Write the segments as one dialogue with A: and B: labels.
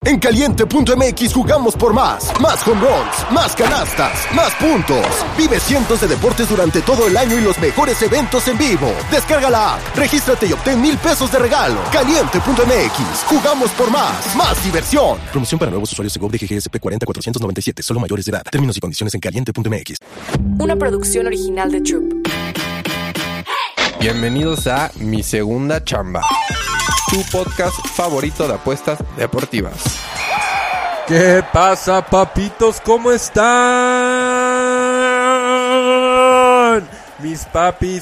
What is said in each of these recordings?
A: En Caliente.mx jugamos por más. Más home runs, más canastas, más puntos. Vive cientos de deportes durante todo el año y los mejores eventos en vivo. Descarga la app, regístrate y obtén $1,000 de regalo. Caliente.mx, jugamos por más. Más diversión. Promoción para nuevos usuarios de GOV de GGSP 40497, solo mayores de edad. Términos y condiciones en Caliente.mx.
B: Una producción original de Troop.
C: Bienvenidos a Mi Segunda Chamba, tu podcast favorito de apuestas deportivas.
D: ¿Qué pasa, papitos? ¿Cómo están? Mis papis,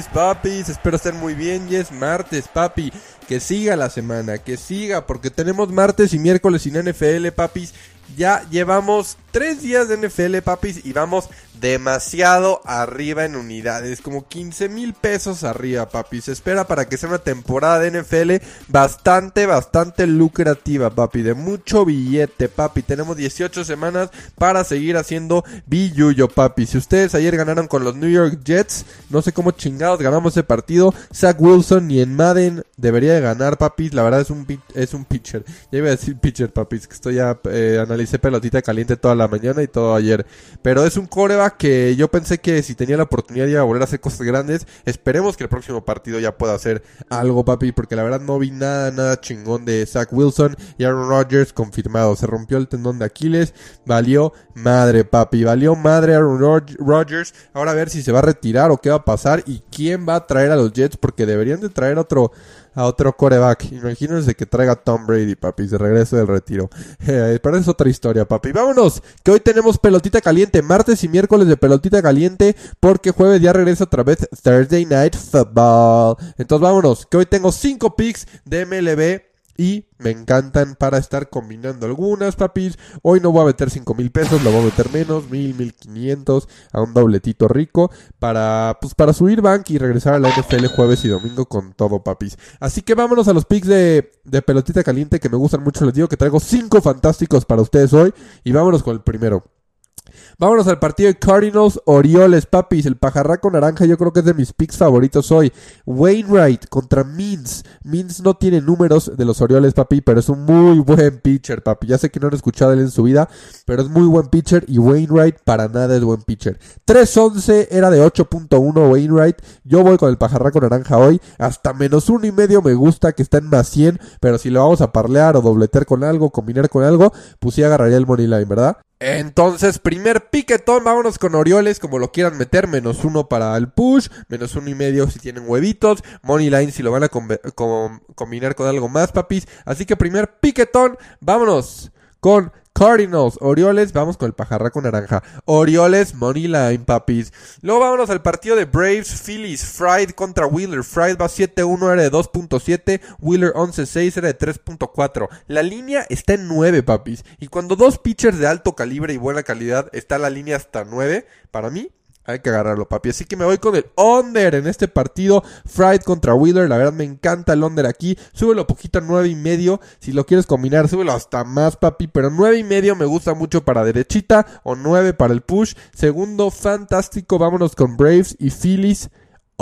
D: espero estén muy bien. Y es martes, papi. Que siga la semana, que siga, porque tenemos martes y miércoles sin NFL, papis. Ya llevamos 3 días de NFL, papis, y vamos demasiado arriba en unidades, como 15,000 pesos arriba, papis. Se espera para que sea una temporada de NFL bastante lucrativa, papi, de mucho billete, papi. Tenemos 18 semanas para seguir haciendo billuyo, papi. Si ustedes ayer ganaron con los New York Jets, no sé cómo chingados ganamos ese partido. Zach Wilson ni en Madden debería de ganar, papis. La verdad es un pitcher. Ya iba a decir pitcher, papis, que estoy ya analicé pelotita caliente toda la mañana y todo ayer. Pero es un quarterback que yo pensé que si tenía la oportunidad iba a volver a hacer cosas grandes. Esperemos que el próximo partido ya pueda hacer algo, papi, porque la verdad no vi nada chingón de Zach Wilson. Y Aaron Rodgers confirmado, se rompió el tendón de Aquiles. Valió madre, papi, valió madre Aaron Rodgers. Ahora a ver si se va a retirar o qué va a pasar y quién va a traer a los Jets, porque deberían de traer a otro quarterback. Imagínense que traiga Tom Brady, papi, de regreso del retiro. Pero es otra historia, papi. Vámonos, que hoy tenemos pelotita caliente, martes y miércoles de pelotita caliente, porque jueves ya regresa otra vez Thursday Night Football. Entonces vámonos, que hoy tengo 5 picks de MLB y me encantan para estar combinando algunas, papis. Hoy no voy a meter 5,000 pesos, lo voy a meter menos, 1,500 a un dobletito rico para subir bank y regresar a la NFL jueves y domingo con todo, papis. Así que vámonos a los picks de pelotita caliente que me gustan mucho. Les digo que traigo 5 fantásticos para ustedes hoy y vámonos con el primero. Vámonos al partido de Cardinals-Orioles, papis. El pajarraco naranja yo creo que es de mis picks favoritos hoy. Wainwright contra Means. Means no tiene números de los Orioles, papi, pero es un muy buen pitcher, papi. Ya sé que no han escuchado él en su vida, pero es muy buen pitcher y Wainwright para nada es buen pitcher. 3.11 era de 8.1 Wainwright. Yo voy con el pajarraco naranja hoy. Hasta menos 1.5 me gusta, que está en más 100, pero si lo vamos a parlear o dobletear con algo, combinar con algo, pues sí agarraría el money line, ¿verdad? Entonces, primer piquetón, vámonos con Orioles, como lo quieran meter, menos 1 para el push, menos 1.5 si tienen huevitos, money line si lo van a combinar con algo más, papis. Así que primer piquetón, vámonos con Cardinals, Orioles, vamos con el pajarraco naranja. Orioles, money line, papis. Luego vámonos al partido de Braves, Phillies, Fried contra Wheeler. Fried va 7-1, era de 2.7. Wheeler 11-6, era de 3.4. La línea está en 9, papis. Y cuando dos pitchers de alto calibre y buena calidad, está la línea hasta 9, para mí hay que agarrarlo, papi. Así que me voy con el under en este partido. Fried contra Wheeler. La verdad me encanta el under aquí. Súbelo poquito a 9.5. Si lo quieres combinar, súbelo hasta más, papi. Pero 9.5 me gusta mucho para derechita. O 9 para el push. Segundo, fantástico. Vámonos con Braves y Phillies.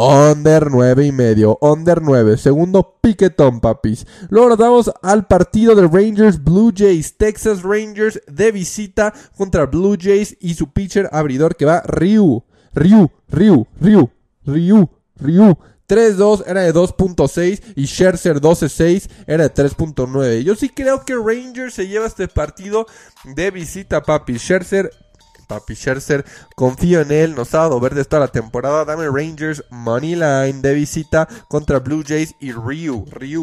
D: Under 9.5. Under 9. Segundo piquetón, papis. Luego nos vamos al partido de Rangers Blue Jays. Texas Rangers de visita contra Blue Jays y su pitcher abridor que va Ryu. 3-2 era de 2.6 y Scherzer 12-6 era de 3.9. Yo sí creo que Rangers se lleva este partido de visita, papi. Scherzer, confío en él, nos ha dado verdes toda la temporada. Dame Rangers money line de visita contra Blue Jays y Ryu.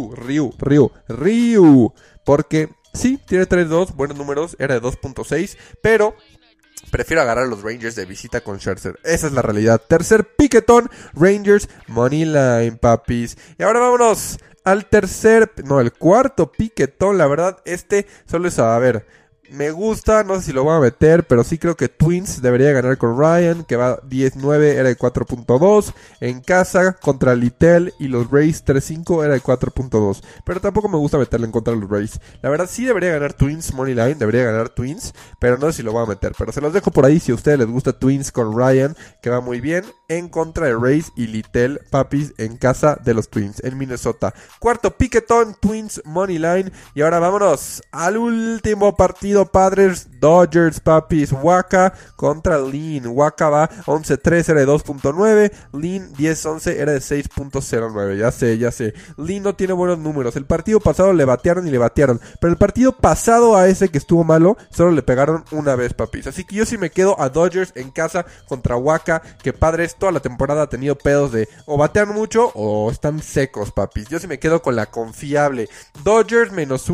D: Porque sí, tiene 3-2, buenos números, era de 2.6, pero prefiero agarrar a los Rangers de visita con Scherzer. Esa es la realidad. Tercer piquetón, Rangers money line, papis. Y ahora vámonos al el cuarto piquetón. La verdad, solo es a ver. Me gusta, no sé si lo voy a meter, pero sí creo que Twins debería ganar con Ryan, que va 10-9, era de 4.2. En casa contra Littell y los Rays 3-5 era de 4.2. Pero tampoco me gusta meterle en contra de los Rays. La verdad sí debería ganar Twins, money line, debería ganar Twins, pero no sé si lo voy a meter. Pero se los dejo por ahí si a ustedes les gusta Twins con Ryan, que va muy bien. en contra de Rays y Littell, papis, en casa de los Twins, en Minnesota. Cuarto piquetón, Twins Moneyline. Y ahora vámonos al último partido, Padres Dodgers, papis. Waka contra Lynn. Waka va 11-3, era de 2.9. Lynn 10-11, era de 6.09. Ya sé. Lynn no tiene buenos números. El partido pasado le batearon. Pero el partido pasado a ese que estuvo malo, solo le pegaron una vez, papis. Así que yo sí me quedo a Dodgers en casa contra Waka, que Padres toda la temporada ha tenido pedos de o batean mucho o están secos, papis. Yo sí me quedo con la confiable. Dodgers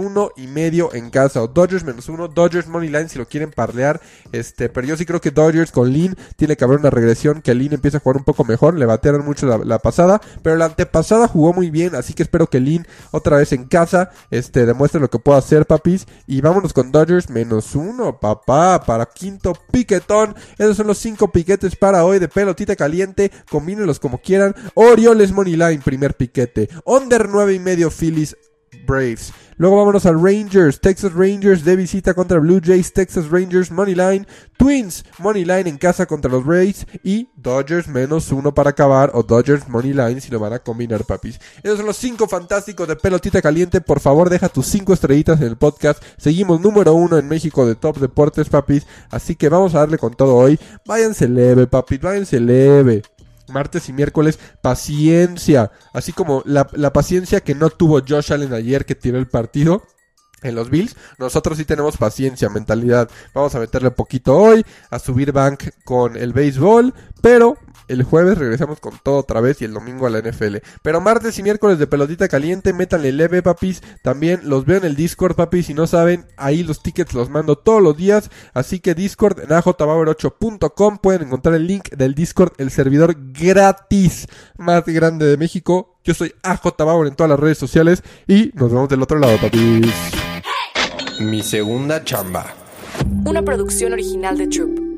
D: -1.5 en casa, o Dodgers -1, Dodgers Moneyline si lo quieren parlear. Pero yo sí creo que Dodgers con Lynn tiene que haber una regresión, que Lynn empiece a jugar un poco mejor. Le batearon mucho la pasada, pero la antepasada jugó muy bien, así que espero que Lynn otra vez en casa demuestre lo que puede hacer, papis. Y vámonos con Dodgers -1, papá, para quinto piquetón. Esos son los 5 piquetes para hoy de pelotita caliente. Combínenlos como quieran. Orioles Moneyline, primer piquete. Under 9.5 Phillies Braves. Luego vámonos a Rangers, Texas Rangers de visita contra Blue Jays, Texas Rangers Moneyline, Twins Moneyline en casa contra los Rays y Dodgers -1 para acabar, o Dodgers Moneyline si lo van a combinar, papis. Esos son los 5 fantásticos de pelotita caliente. Por favor, deja tus 5 estrellitas en el podcast. Seguimos número 1 en México de Top Deportes, papis. Así que vamos a darle con todo hoy. Váyanse leve, papis, váyanse leve. Martes y miércoles, paciencia. Así como la paciencia que no tuvo Josh Allen ayer, que tiró el partido en los Bills. Nosotros sí tenemos paciencia, mentalidad. Vamos a meterle poquito hoy, a subir bank con el béisbol, pero el jueves regresamos con todo otra vez y el domingo a la NFL. Pero martes y miércoles de pelotita caliente, métanle leve, papis. También los veo en el Discord, papis. Si no saben, ahí los tickets los mando todos los días. Así que Discord en ajbauer8.com. Pueden encontrar el link del Discord, el servidor gratis más grande de México. Yo soy AJBauer en todas las redes sociales y nos vemos del otro lado, papis.
C: Mi segunda chamba.
B: Una producción original de Troop.